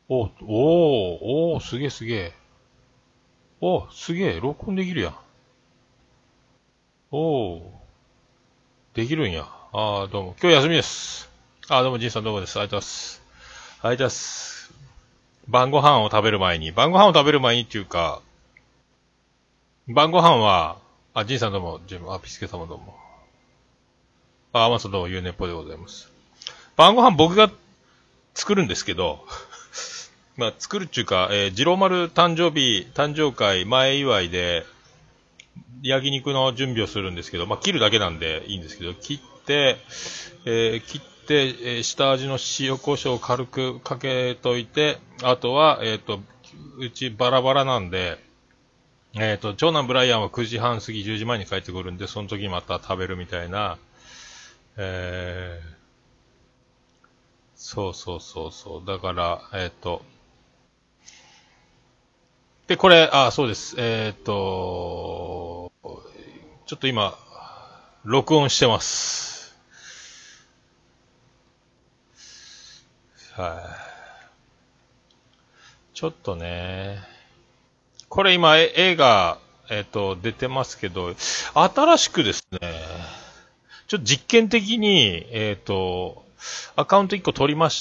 すげえすげえ。お、すげえ、録音できるやん。おー、できるんや。どうも。今日休みです。どうも、じいさんどうもです。ありがとうございます。ありがとうございます。晩ご飯を食べる前にっていうか、晩ご飯は、じいさんどうも、ピスケ様どうも。マサどうも、ゆうねっぽでございます。晩ご飯僕が作るんですけど、まあ、作るっていうか、次郎丸誕生会前祝いで、焼肉の準備をするんですけど、まあ、切るだけなんでいいんですけど、切って、下味の塩コショウを軽くかけといて、あとは、うちバラバラなんで、長男ブライアンは9時半過ぎ10時前に帰ってくるんで、その時にまた食べるみたいな、えー、そう。だから、で、これ、そうです。ちょっと今、録音してます。はい。ちょっとね、これ今、映画、出てますけど、新しくですね、ちょっと実験的に、アカウント1個取りまして、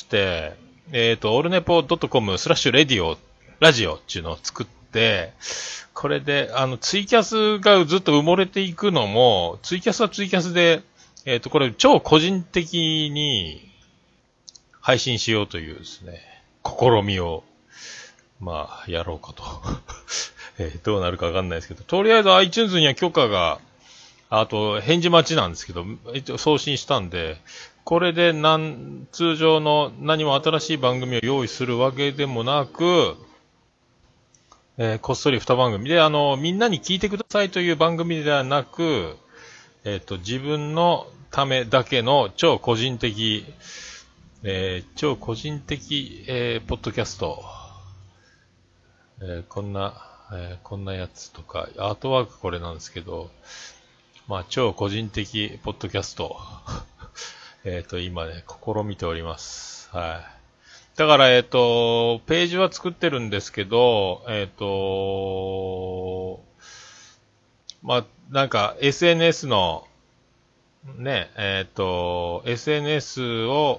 オルネポドットコムスラッシュラジオっていうのを作って、これで、ツイキャスがずっと埋もれていくのも、ツイキャスはツイキャスで、これ超個人的に配信しようというですね、試みを、まあ、やろうかと。どうなるかわかんないですけど、とりあえず iTunes には許可が、あと、返事待ちなんですけど、一応送信したんで、これで通常の何も新しい番組を用意するわけでもなく、こっそり2番組で、みんなに聞いてくださいという番組ではなく、自分のためだけの超個人的、ポッドキャスト、こんなやつとか、アートワークこれなんですけど、まあ、超個人的ポッドキャスト、今ね、試みております。はい。だから、ページは作ってるんですけど、まあ、なんか、SNS の、ね、SNS を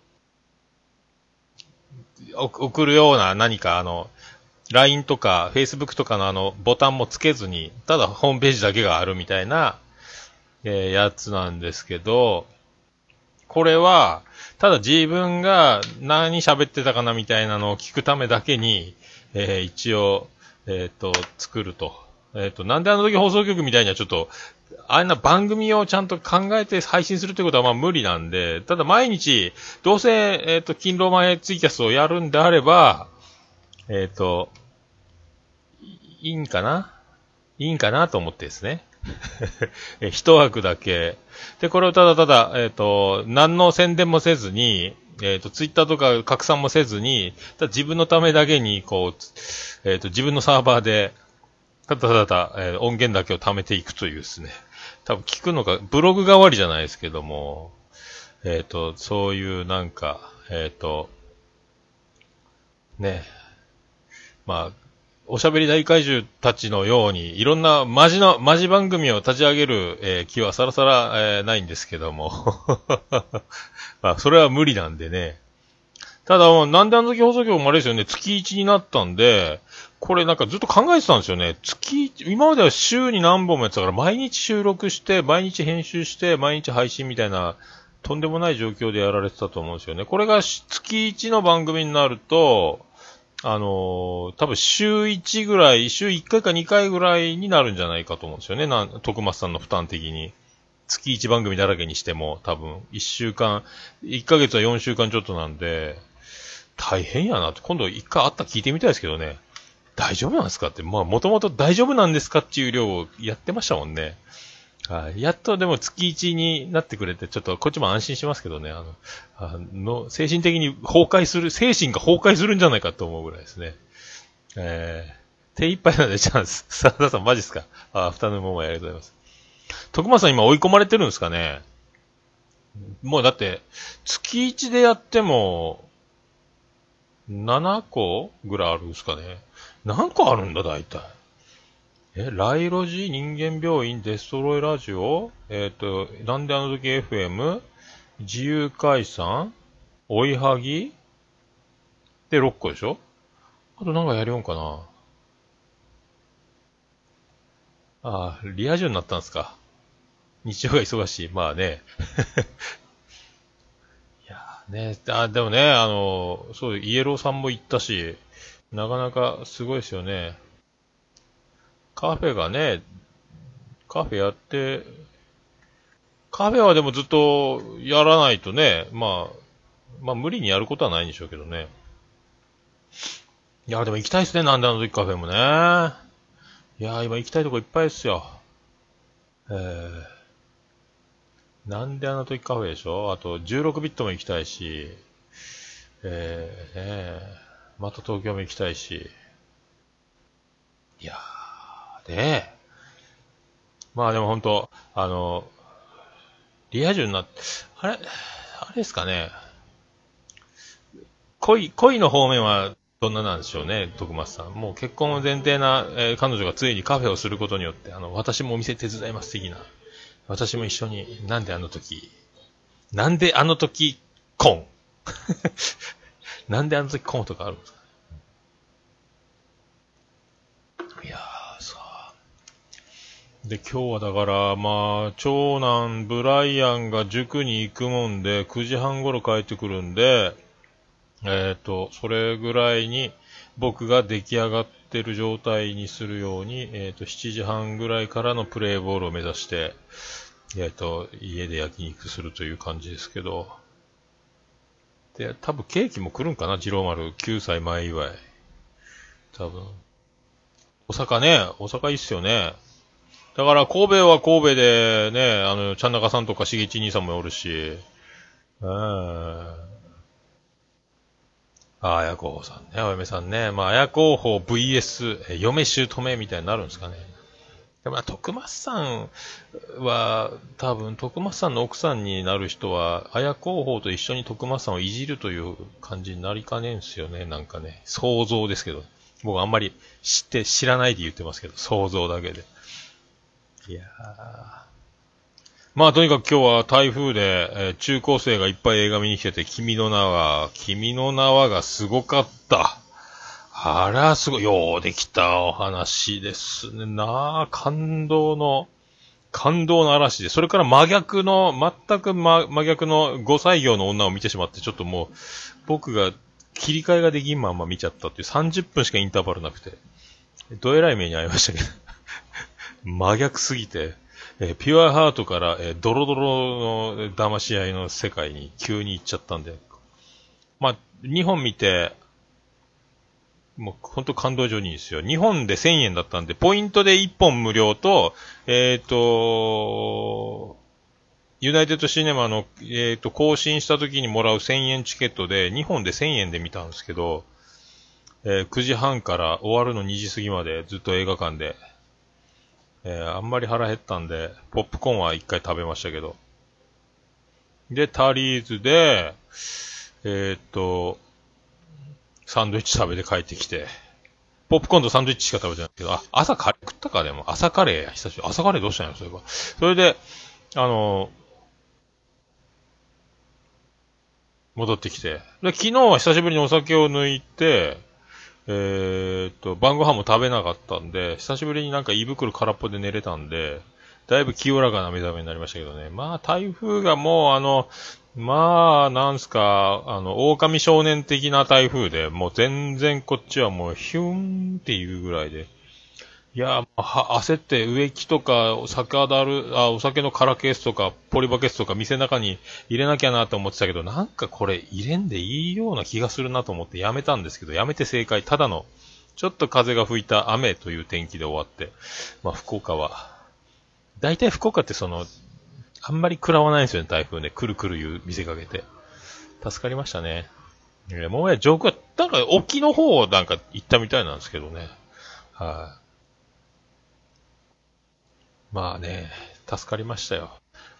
送るような何かLINE とか Facebook とかのボタンもつけずに、ただホームページだけがあるみたいな、やつなんですけど、これは、ただ自分が何喋ってたかなみたいなのを聞くためだけに、一応、作ると。なんであの時放送局みたいにはちょっと、あんな番組をちゃんと考えて配信するってことはまあ無理なんで、ただ毎日、どうせ、勤労前ツイキャスをやるんであれば、えっ、と、いいんかなと思ってですね。一枠だけ。で、これをただただ、何の宣伝もせずに、ツイッターとか拡散もせずに、ただ自分のためだけに、自分のサーバーで、ただ、音源だけを貯めていくというですね。多分聞くのが、ブログ代わりじゃないですけども、そういうなんか、ね、まあ、おしゃべり大怪獣たちのように、いろんなマジ番組を立ち上げる、気はさらさら、ないんですけども。まあ、それは無理なんでね。ただ、なんであの時放送局もあれですよね、月1になったんで、これなんかずっと考えてたんですよね。今までは週に何本もやってたから、毎日収録して、毎日編集して、毎日配信みたいな、とんでもない状況でやられてたと思うんですよね。これが月1の番組になると、多分週1ぐらい、週1回か2回ぐらいになるんじゃないかと思うんですよね。徳松さんの負担的に。月1番組だらけにしても、多分、1ヶ月は4週間ちょっとなんで、大変やなって、今度1回あったら聞いてみたいですけどね。大丈夫なんですかって、まあ、もともと大丈夫なんですかっていう量をやってましたもんね。はい。やっとでも月1になってくれて、ちょっとこっちも安心しますけどね。精神的に精神が崩壊するんじゃないかと思うぐらいですね。手一杯なんでチャンス。さださんマジっすか？アフタヌーンモモありがとうございます。徳間さん今追い込まれてるんですかね？もうだって、月1でやっても、 7個ぐらいあるんですかね。何個あるんだ、大体。ライロジ人間病院デストロイラジオなんであの時 FM 自由解散追いはぎで6個でしょ。あとなんかやりよんかな。ああ、リア充になったんすか。日曜が忙しい。まあね。いやーね、でもね、そう、イエローさんも行ったし、なかなかすごいですよね。カフェがね、カフェやって、カフェはでもずっとやらないとね、まあ無理にやることはないんでしょうけどね。いや、でも行きたいですね、なんであの時カフェもね。いや、今行きたいとこいっぱいですよ。なんであの時カフェでしょ。あと、16ビットも行きたいし、また東京も行きたいし。いやねまあでも本当、リア充になって、あれですかね。恋の方面はどんななんでしょうね、徳松さん。もう結婚を前提な、彼女がついにカフェをすることによって、私もお店手伝います的な。私も一緒に、なんであの時、婚なんであの時婚とかあるんですか。いやーさで、今日はだから、まあ、長男ブライアンが塾に行くもんで、9時半頃帰ってくるんで、それぐらいに僕が出来上がってる状態にするように、7時半ぐらいからのプレイボールを目指して、家で焼肉するという感じですけど、で、多分ケーキも来るんかな、次郎丸9歳前祝い。多分。大阪いいっすよね。だから神戸は神戸でね、ちゃんなかさんとかしげち兄さんもおるし、綾候補さんね、お嫁さんね。まあ、綾候補 VS、嫁姑みたいになるんですかね。でも、徳松さんは、多分、徳松さんの奥さんになる人は、綾候補と一緒に徳松さんをいじるという感じになりかねえんすよね、なんかね。想像ですけど。僕あんまり知らないで言ってますけど、想像だけで。いやー。まあとにかく今日は台風で、中高生がいっぱい映画見に来てて、君の名はがすごかった。あら、すごい、ようできたお話ですね。感動の嵐で、それから全く真逆の5歳業の女を見てしまって、ちょっともう、僕が切り替えができんまま見ちゃったっていう30分しかインターバルなくて、どえらい目に遭いましたけど、真逆すぎて、ピュアハートから、ドロドロの騙し合いの世界に急に行っちゃったんで、まあ、2本見て、もう本当感動以上にいいですよ。日本で1000円だったんで、ポイントで1本無料と、ユナイテッドシネマの、更新した時にもらう1000円チケットで、日本で1000円で見たんですけど、9時半から終わるの2時過ぎまでずっと映画館で、あんまり腹減ったんで、ポップコーンは1回食べましたけど。で、タリーズで、えーっと、サンドイッチ食べて帰ってきて、ポップコーンとサンドイッチしか食べてないけど、朝カレー食ったかでも。朝カレーや、久しぶり。朝カレーどうしたんやろ、そういえば。それで、あの戻ってきて。で、昨日は久しぶりにお酒を抜いて、晩ご飯も食べなかったんで、久しぶりになんか胃袋空っぽで寝れたんで、だいぶ清らかな目覚めになりましたけどね。まあ、台風がもうなんすか、狼少年的な台風で、もう全然こっちはもうヒューンっていうぐらいで、いや、焦って植木とか、お酒の空ケースとか、ポリバケースとか店の中に入れなきゃなと思ってたけど、なんかこれ入れんでいいような気がするなと思ってやめたんですけど、やめて正解。ただの、ちょっと風が吹いた雨という天気で終わって、まあ福岡は、大体福岡ってあんまり食らわないんですよね、台風ね。くるくる言う見せかけて。助かりましたね。もうね、上空は、なんか沖の方をなんか行ったみたいなんですけどね。はい、まあね、助かりましたよ。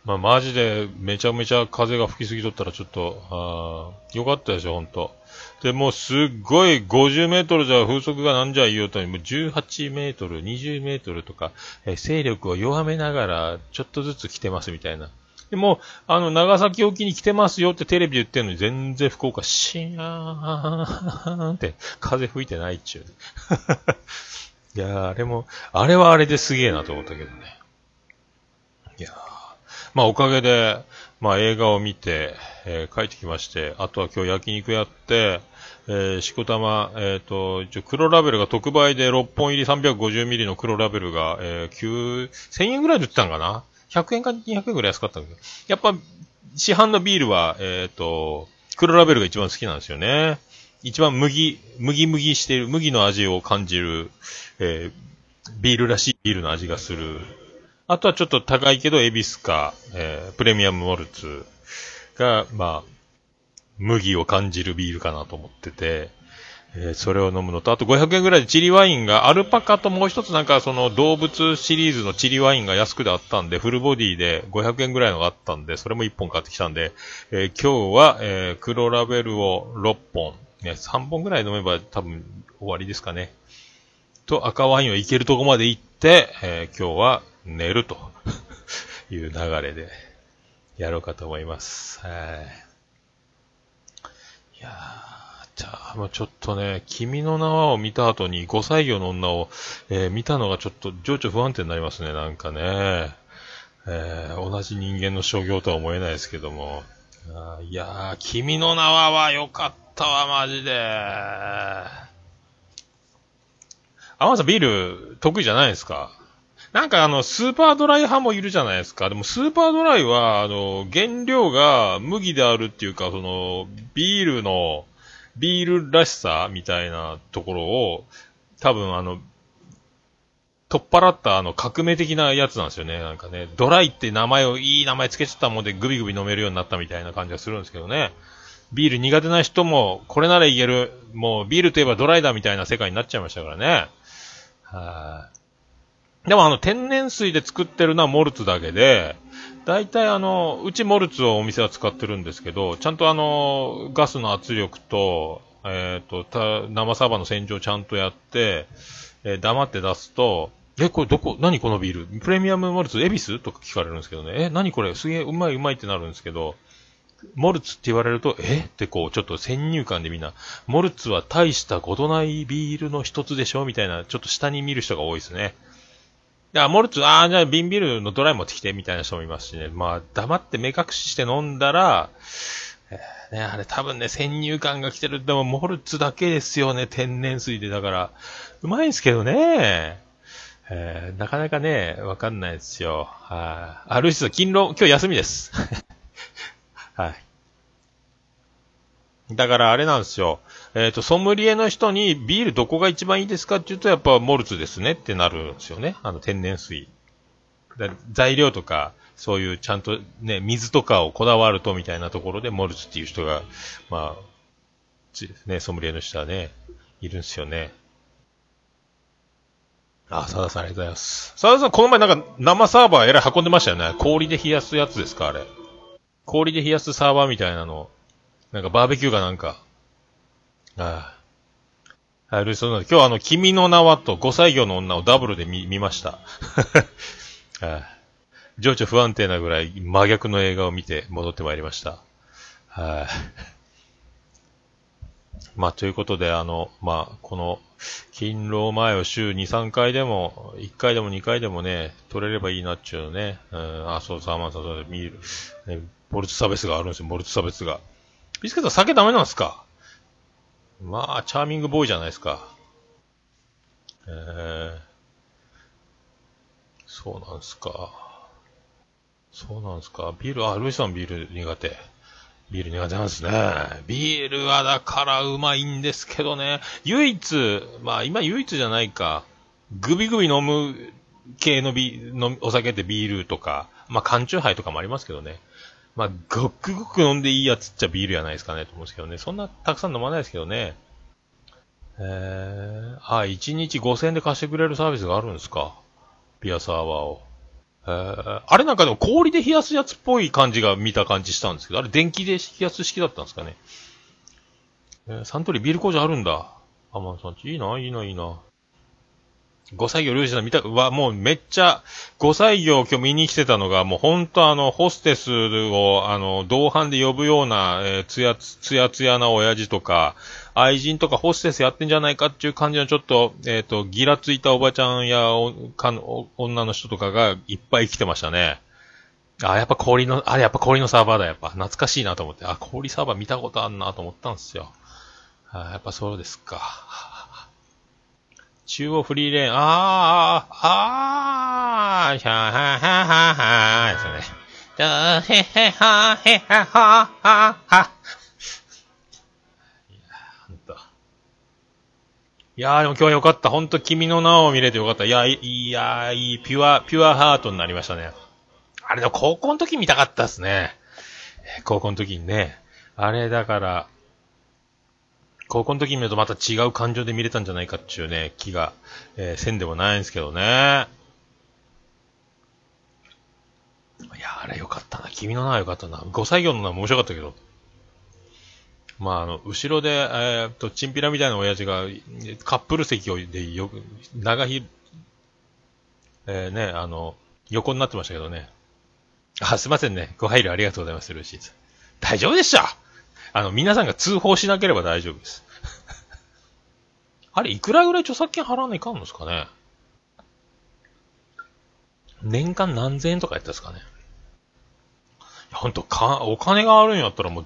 まあ、マジでめちゃめちゃ風が吹きすぎとったらちょっと、よかったですよ、ほんと。で、もうすっごい50メートルじゃ風速がなんじゃ言おうとに、もう18メートル、20メートルとか、勢力を弱めながらちょっとずつ来てますみたいな。でも、長崎沖に来てますよってテレビで言ってるのに全然福岡シーンって風吹いてないっちゅう。いやー、あれはあれですげえなと思ったけどね。いやー、まあおかげで、まあ映画を見て、帰ってきまして、あとは今日焼肉やって、しこたま、黒ラベルが特売で6本入り350ミリの黒ラベルが、1000円ぐらいで売ってたんかな？ 100 円か200円ぐらい安かったんだけど。やっぱ、市販のビールは、黒ラベルが一番好きなんですよね。一番麦してる、麦の味を感じる、ビールらしいビールの味がする。あとはちょっと高いけど、エビスか、プレミアムモルツが、まあ、麦を感じるビールかなと思ってて、それを飲むのと、あと500円ぐらいでチリワインが、アルパカともう一つなんかその動物シリーズのチリワインが安くであったんで、フルボディで500円ぐらいのがあったんで、それも1本買ってきたんで、今日は、黒ラベルを6本、ね、3本ぐらい飲めば多分終わりですかね。と、赤ワインをいけるとこまで行って、今日は寝るという流れでやろうかと思います。はい。いやー、じゃあ、もうちょっとね、君の名はを見た後に5歳魚の女を、見たのがちょっと情緒不安定になりますね、なんかね。同じ人間の所業とは思えないですけども。いやー、君の名は良かったわ、マジで。アマンさんビール得意じゃないですか？なんかスーパードライ派もいるじゃないですか。でもスーパードライは、原料が麦であるっていうか、ビールらしさみたいなところを、多分取っ払った革命的なやつなんですよね。なんかね、ドライっていい名前つけちゃったもんでグビグビ飲めるようになったみたいな感じがするんですけどね。ビール苦手な人も、これならいける。もうビールといえばドライだみたいな世界になっちゃいましたからね。はい。でも天然水で作ってるのはモルツだけで、大体うちモルツをお店は使ってるんですけど、ちゃんとガスの圧力と、生サバの洗浄ちゃんとやって、黙って出すと、これ何このビールプレミアムモルツエビスとか聞かれるんですけどね。何これすげえうまいうまいってなるんですけど、モルツって言われると、ってこう、ちょっと先入観でみんな、モルツは大したことないビールの一つでしょみたいな、ちょっと下に見る人が多いですね。いや、モルツ、じゃあ瓶ビールのドライ持ってきて、みたいな人もいますしね。まあ、黙って目隠しして飲んだら、あれ多分ね、先入観が来てる。でも、モルツだけですよね、天然水で。だから、うまいんですけどね。なかなかね、わかんないですよ。ルイスさん、勤労、今日休みです。はい。だからあれなんですよ。ソムリエの人にビールどこが一番いいですかって言うとやっぱモルツですねってなるんですよね。天然水。材料とか、そういうちゃんとね、水とかをこだわるとみたいなところでモルツっていう人が、まね、ソムリエの人はね、いるんですよね。サダさんありがとうございます。サダさんこの前なんか生サーバーえらい運んでましたよね。氷で冷やすやつですかあれ。氷で冷やすサーバーみたいなの。なんかバーベキューかなんか。あはい、ルイスの今日は君の名はと5歳魚の女をダブルで見ました。はい、情緒不安定なぐらい真逆の映画を見て戻ってまいりました。はい。まあ、ということで、この、勤労前を週2、3回でも、1回でも2回でもね、取れればいいなっちゅうね。そう、サーマンさん、そう見る、ね、モルツ差別があるんですよ、モルツ差別が。ビスケット酒ダメなんすか？まあ、チャーミングボーイじゃないですか。そうなんすか。そうなんすか。ビール、ルイさんビール苦手。ビール苦手なんですね。ビールはだからうまいんですけどね。唯一、まあ今唯一じゃないか。グビグビ飲む系のお酒ってビールとか、まあ缶チューハイとかもありますけどね。まあごくごく飲んでいいやつっちゃビールやないですかねと思うんですけどね。そんなたくさん飲まないですけどね。1日5000円で貸してくれるサービスがあるんですか？ビアサーバーを。 あれなんかでも氷で冷やすやつっぽい感じが見た感じしたんですけど、あれ電気で冷やす式だったんですかね。サントリービール工場あるんだ。アマンさんち。いいな、いいな、いいな。5歳業ルーシーさん見た、もうめっちゃ、5歳業今日見に来てたのが、もうほんとホステスを、同伴で呼ぶような、つやつやな親父とか、愛人とかホステスやってんじゃないかっていう感じのちょっと、ギラついたおばちゃんや女の人とかがいっぱい来てましたね。やっぱ氷のサーバーだ、やっぱ。懐かしいなと思って。氷サーバー見たことあんなと思ったんですよ。やっぱそうですか。中央フリーレーン、シャーハーハーハーハーですよね。だへへはへはははは。ほんと。いやでも今日はよかった。ほんと君の名を見れてよかった。いいピュアハートになりましたね。あれでも高校の時見たかったっすね。高校の時にね。あれだから、高校の時に見るとまた違う感情で見れたんじゃないかっていうね、気が、せんでもないんですけどね。いや、あれよかったな。君の名はよかったな。5歳業の名も面白かったけど。後ろで、チンピラみたいな親父が、カップル席でよく、長ひ、横になってましたけどね。すいませんね。ご配慮ありがとうございます、ルーシーさん。大丈夫でした。皆さんが通報しなければ大丈夫です。あれ、いくらぐらい著作権払わないかんのですかね。年間何千円とかやったんですかね。ほんと、お金があるんやったらもう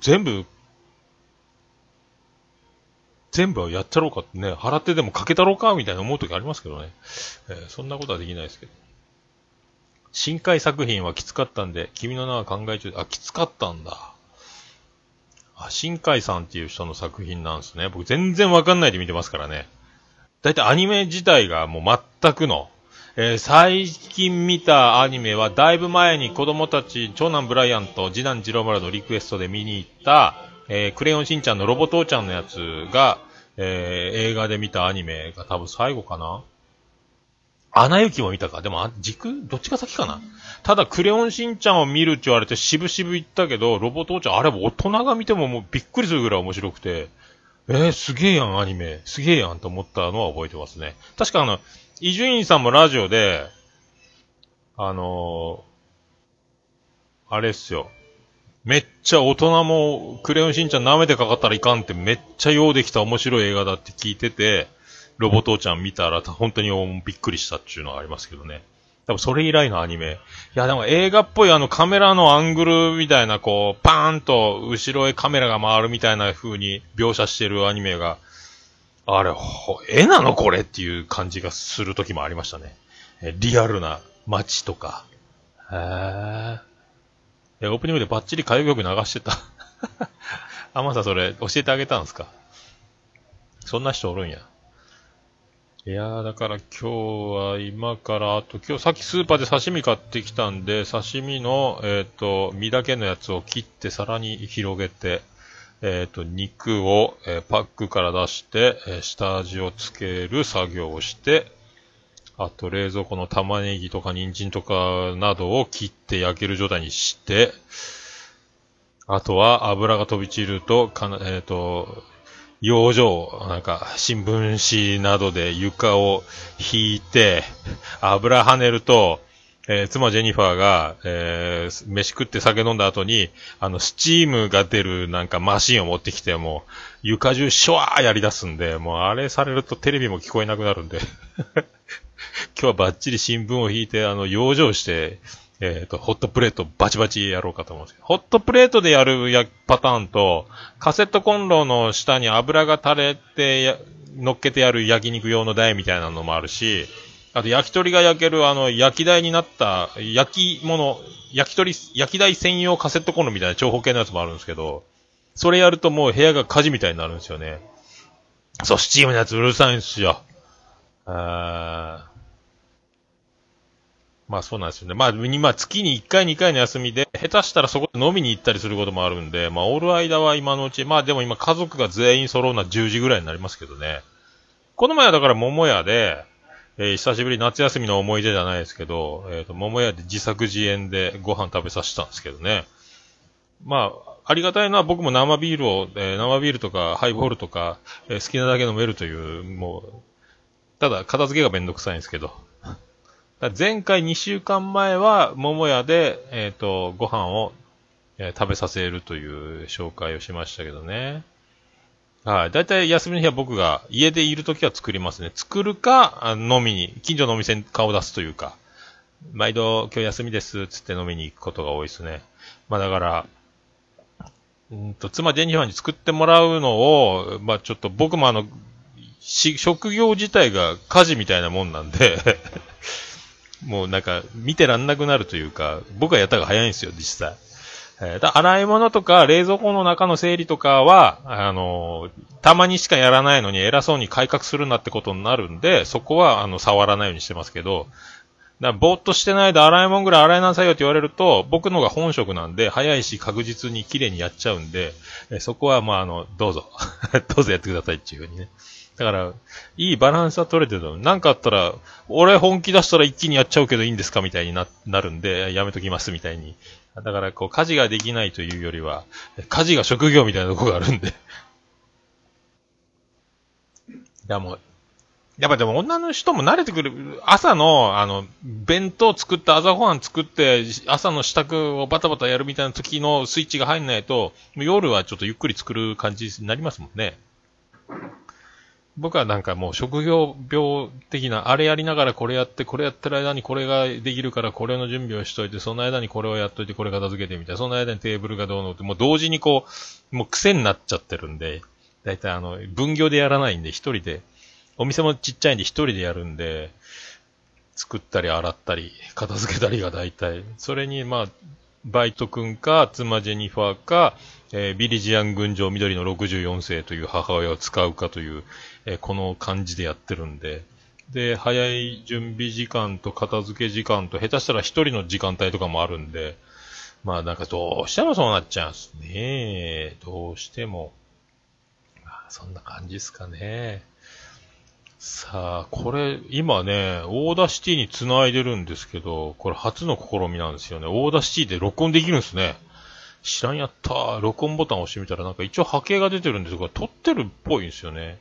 全部やっちゃろうかってね、払ってでもかけたろうかみたいな思う時ありますけどね。そんなことはできないですけど。深海作品はきつかったんで、君の名は考え中で、きつかったんだ。深海さんっていう人の作品なんですね。僕全然わかんないで見てますからね。だいたいアニメ自体がもう全くの、最近見たアニメはだいぶ前に子供たち、長男ブライアンと次男ジローマルのリクエストで見に行った、クレヨンしんちゃんのロボ父ちゃんのやつが、映画で見たアニメが多分最後かな。アナ雪も見たか。でも、どっちが先かな。ただ、クレヨンしんちゃんを見るって言われて渋々言ったけど、ロボ父ちゃん、あれ大人が見てももうびっくりするぐらい面白くて、すげえやん、アニメ。すげえやんと思ったのは覚えてますね。確か伊集院さんもラジオで、あのあれっすよ。めっちゃ大人もクレヨンしんちゃん舐めてかかったらいかんってめっちゃようできた面白い映画だって聞いてて、ロボ父ちゃん見たら本当にびっくりしたっていうのはありますけどね。多分それ以来のアニメ。いやでも映画っぽいカメラのアングルみたいなこう、パーンと後ろへカメラが回るみたいな風に描写してるアニメが、あれ、絵なのこれっていう感じがする時もありましたね。リアルな街とか。へー。オープニングでバッチリ歌謡曲流してた。マサそれ教えてあげたんですか？そんな人おるんや。いやー、だから今日は今から今日さっきスーパーで刺身買ってきたんで、刺身の、身だけのやつを切って皿に広げて、肉を、パックから出して、下味をつける作業をして、あと冷蔵庫の玉ねぎとか人参とかなどを切って焼ける状態にして、あとは油が飛び散ると、養生、なんか、新聞紙などで床を引いて、油跳ねると、妻ジェニファーが、飯食って酒飲んだ後に、スチームが出るなんかマシンを持ってきて、もう、床中シュワーやり出すんで、もうあれされるとテレビも聞こえなくなるんで、今日はバッチリ新聞を引いて、養生して、ホットプレートバチバチやろうかと思うんですけど、ホットプレートでやるパターンと、カセットコンロの下に油が垂れて乗っけてやる焼肉用の台みたいなのもあるし、あと焼き鳥が焼ける焼き台になった焼き台専用カセットコンロみたいな長方形のやつもあるんですけど、それやるともう部屋が火事みたいになるんですよね。そう、スチームのやつうるさいんですよ。まあそうなんですよね。まあ、月に1回2回の休みで、下手したらそこで飲みに行ったりすることもあるんで、まあおる間は今のうち、まあでも今家族が全員揃うのは10時ぐらいになりますけどね。この前はだから桃屋で、 久しぶり夏休みの思い出じゃないですけど、桃屋で自作自演でご飯食べさせたんですけどね。まあ、ありがたいのは僕も生ビールを、生ビールとかハイボールとか、好きなだけ飲めるという、もう、ただ片付けがめんどくさいんですけど。前回2週間前は桃屋で、ご飯を、食べさせるという紹介をしましたけどね。はい。だいたい休みの日は僕が家でいるときは作りますね。作るか、飲みに、近所のお店に顔を出すというか、毎度今日休みですつって飲みに行くことが多いですね。まあだから、妻ジェニファーに作ってもらうのを、まあちょっと僕も職業自体が家事みたいなもんなんでもうなんか見てらんなくなるというか、僕がやった方が早いんですよ、実際。洗い物とか冷蔵庫の中の整理とかは、たまにしかやらないのに偉そうに改革するなってことになるんで、そこは触らないようにしてますけど、ぼーっとしてないで洗い物ぐらい洗いなさいよって言われると、僕のが本職なんで、早いし確実に綺麗にやっちゃうんで、そこはまあどうぞどうぞやってくださいっていうふうにね。だから、いいバランスは取れてるの。なんかあったら、俺本気出したら一気にやっちゃうけどいいんですかみたいになるんで、やめときますみたいに。だから、家事ができないというよりは、家事が職業みたいなところがあるんで。いやもう、やっぱでも女の人も慣れてくる、朝の、弁当作って朝ごはん作って、朝の支度をバタバタやるみたいな時のスイッチが入んないと、夜はちょっとゆっくり作る感じになりますもんね。僕はなんかもう職業病的な、あれやりながらこれやって、これやってる間にこれができるからこれの準備をしといて、その間にこれをやっといて、これ片付けてみたいな、その間にテーブルがどうのって、もう同時にもう癖になっちゃってるんで、だいたい分業でやらないんで、一人で、お店もちっちゃいんで一人でやるんで、作ったり洗ったり、片付けたりが大体。それに、まあ、バイト君か、妻ジェニファーか、ビリジアン群青緑の64世という母親を使うかという、この感じでやってるんで。で、早い準備時間と片付け時間と、下手したら一人の時間帯とかもあるんで、まあなんかどうしてもそうなっちゃうんすね。どうしても。まあ、そんな感じですかね。さあ、これ、今ね、オーダーシティに繋いでるんですけど、これ初の試みなんですよね。オーダーシティで録音できるんですね。知らんやったー。録音ボタンを押してみたらなんか一応波形が出てるんですが、撮ってるっぽいんですよね。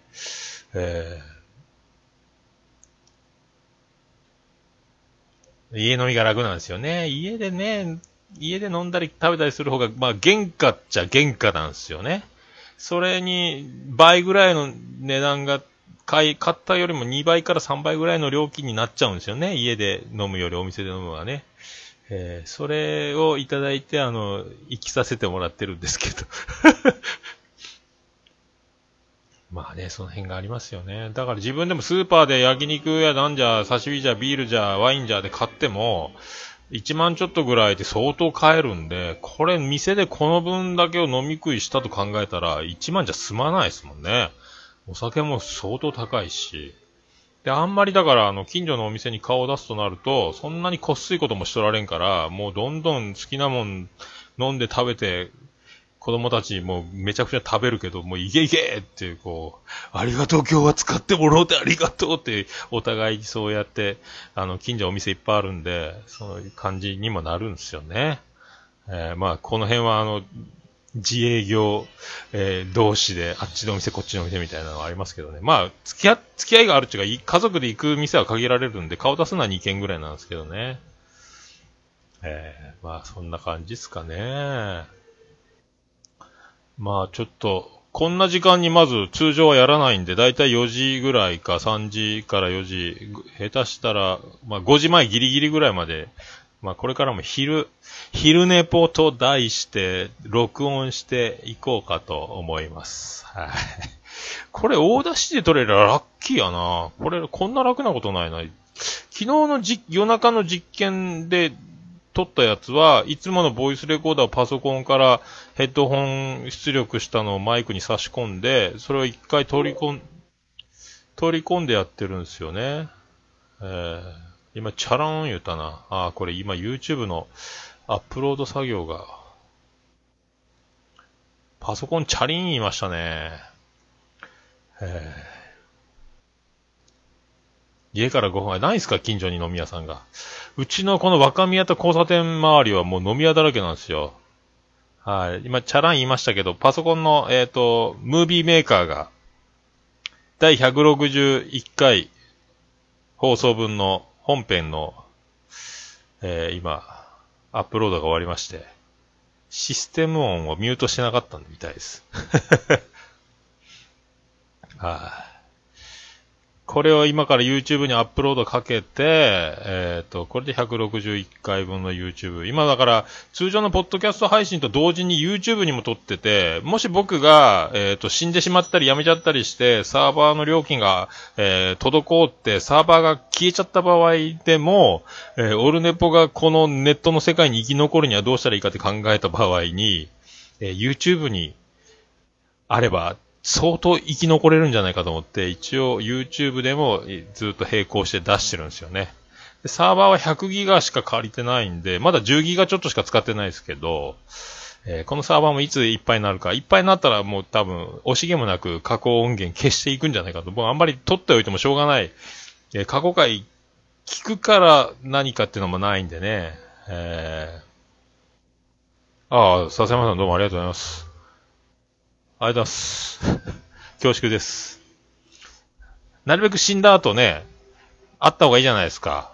家飲みが楽なんですよね。家でね、家で飲んだり食べたりする方が、まあ原価っちゃ原価なんですよね。それに倍ぐらいの値段が買ったよりも2倍から3倍ぐらいの料金になっちゃうんですよね。家で飲むよりお店で飲むのはね。それをいただいて、生きさせてもらってるんですけど。まあね、その辺がありますよね。だから自分でもスーパーで焼肉やなんじゃ、刺身じゃ、ビールじゃ、ワインじゃで買っても、1万ちょっとぐらいで相当買えるんで、これ店でこの分だけを飲み食いしたと考えたら、1万じゃ済まないですもんね。お酒も相当高いし。で、あんまりだから、近所のお店に顔を出すとなると、そんなにこっすいこともしとられんから、もうどんどん好きなもん飲んで食べて、子供たちもめちゃくちゃ食べるけど、もういけいけっていう、ありがとう今日は使ってもらうてありがとうって、お互いそうやって、近所お店いっぱいあるんで、そういう感じにもなるんですよね。まあ、この辺は自営業、同士で、あっちのお店、こっちのお店みたいなのはありますけどね。まあ、付き合いがあるっていうか、家族で行く店は限られるんで、顔出すのは2軒ぐらいなんですけどね。まあ、そんな感じですかね。まあ、ちょっと、こんな時間にまず通常はやらないんで、だいたい4時ぐらいか、3時から4時、下手したら、まあ5時前ギリギリぐらいまで、まあこれからも昼寝ぽと題して、録音していこうかと思います。はい。これ大出しで取れたらラッキーやな。これ、こんな楽なことないな。昨日の夜中の実験で撮ったやつは、いつものボイスレコーダーをパソコンからヘッドホン出力したのをマイクに差し込んで、それを一回取り込んでやってるんですよね。今、チャラーン言ったな。これ今 YouTube のアップロード作業が、パソコンチャリーン言いましたね。 家から5分。ないんすか近所に飲み屋さんが。うちのこの若宮と交差点周りはもう飲み屋だらけなんですよ。はい。今、チャラン言いましたけど、パソコンの、ムービーメーカーが、第161回放送分の本編の、今、アップロードが終わりまして、システム音をミュートしてなかったみたいです。はい。これを今から YouTube にアップロードかけて、これで161回分の YouTube。今だから、通常のポッドキャスト配信と同時に YouTube にも撮ってて、もし僕が、死んでしまったりやめちゃったりして、サーバーの料金が、滞って、サーバーが消えちゃった場合でも、オルネポがこのネットの世界に生き残るにはどうしたらいいかって考えた場合に、YouTube にあれば、相当生き残れるんじゃないかと思って、一応 YouTube でもずっと並行して出してるんですよね。でサーバーは100ギガしか借りてないんで、まだ10ギガちょっとしか使ってないですけど、このサーバーもいついっぱいになるか、いっぱいになったらもう多分、惜しげもなく加工音源消していくんじゃないかと。僕あんまり取っておいてもしょうがない。過去回聞くから何かっていうのもないんでね。笹山さんどうもありがとうございます。ありがとうございます。恐縮です。なるべく死んだ後ね、会った方がいいじゃないですか。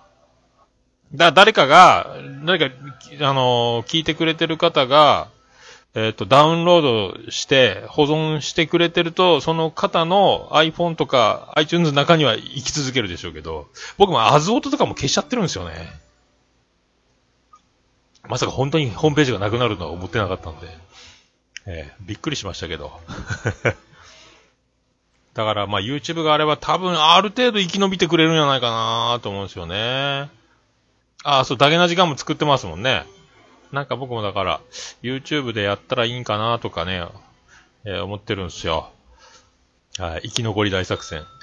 誰か、聞いてくれてる方が、ダウンロードして保存してくれてると、その方の iPhone とか iTunes の中には生き続けるでしょうけど、僕もアズオートとかも消しちゃってるんですよね。まさか本当にホームページがなくなるとは思ってなかったんで、びっくりしましたけど。だからまあ YouTube があれば多分ある程度生き延びてくれるんじゃないかなと思うんですよね。そう、ダゲな時間も作ってますもんね。なんか僕もだから、YouTube でやったらいいんかなとかね、思ってるんですよ。はい、生き残り大作戦。はい。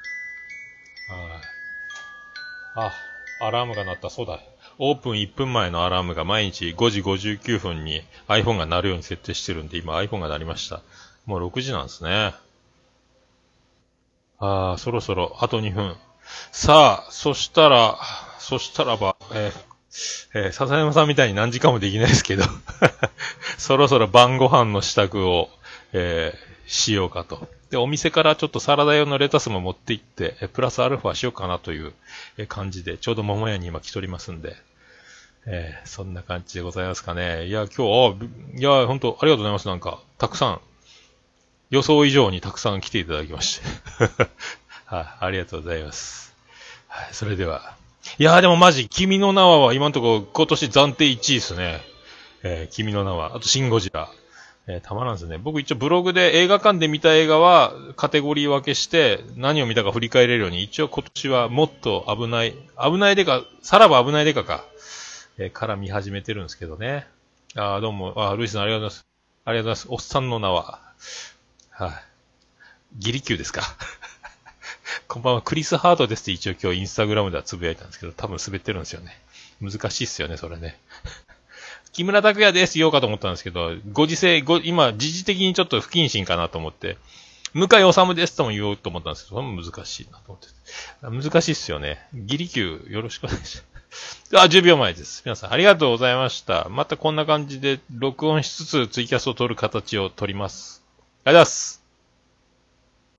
アラームが鳴った、そうだ。オープン1分前のアラームが毎日5時59分に iPhone が鳴るように設定してるんで、今 iPhone が鳴りました。もう6時なんですね。そろそろ、あと2分。さあ、そしたらば、笹山さんみたいに何時間もできないですけどそろそろ晩ご飯の支度を、しようかと。で、お店からちょっとサラダ用のレタスも持って行って、プラスアルファしようかなという、感じで、ちょうど桃屋に今来ておりますんで、そんな感じでございますかね。いや、今日、本当ありがとうございます。なんか、たくさん、予想以上にたくさん来ていただきましてはい、ありがとうございます。はい、それでは。いやーでもマジ、君の名は今のところ今年暫定1位ですね。君の名は。あと、シンゴジラ。たまらんですね。僕一応ブログで映画館で見た映画はカテゴリー分けして何を見たか振り返れるように一応今年はもっと危ないデカ、さらば危ないデカか、から見始めてるんですけどね。どうも、ルイスさんありがとうございます。ありがとうございます。おっさんの名は。はい、ギリキューですか。こんばんは、クリス・ハートですって一応今日インスタグラムではつぶやいたんですけど、多分滑ってるんですよね。難しいっすよね、それね。木村拓哉です言おうかと思ったんですけど、今、時事的にちょっと不謹慎かなと思って、向井治ですとも言おうと思ったんですけど、それも難しいなと思って。難しいっすよね。ギリ級よろしくお願いします。10秒前です。皆さんありがとうございました。またこんな感じで録音しつつツイキャスを撮る形を取ります。ありがとうございます。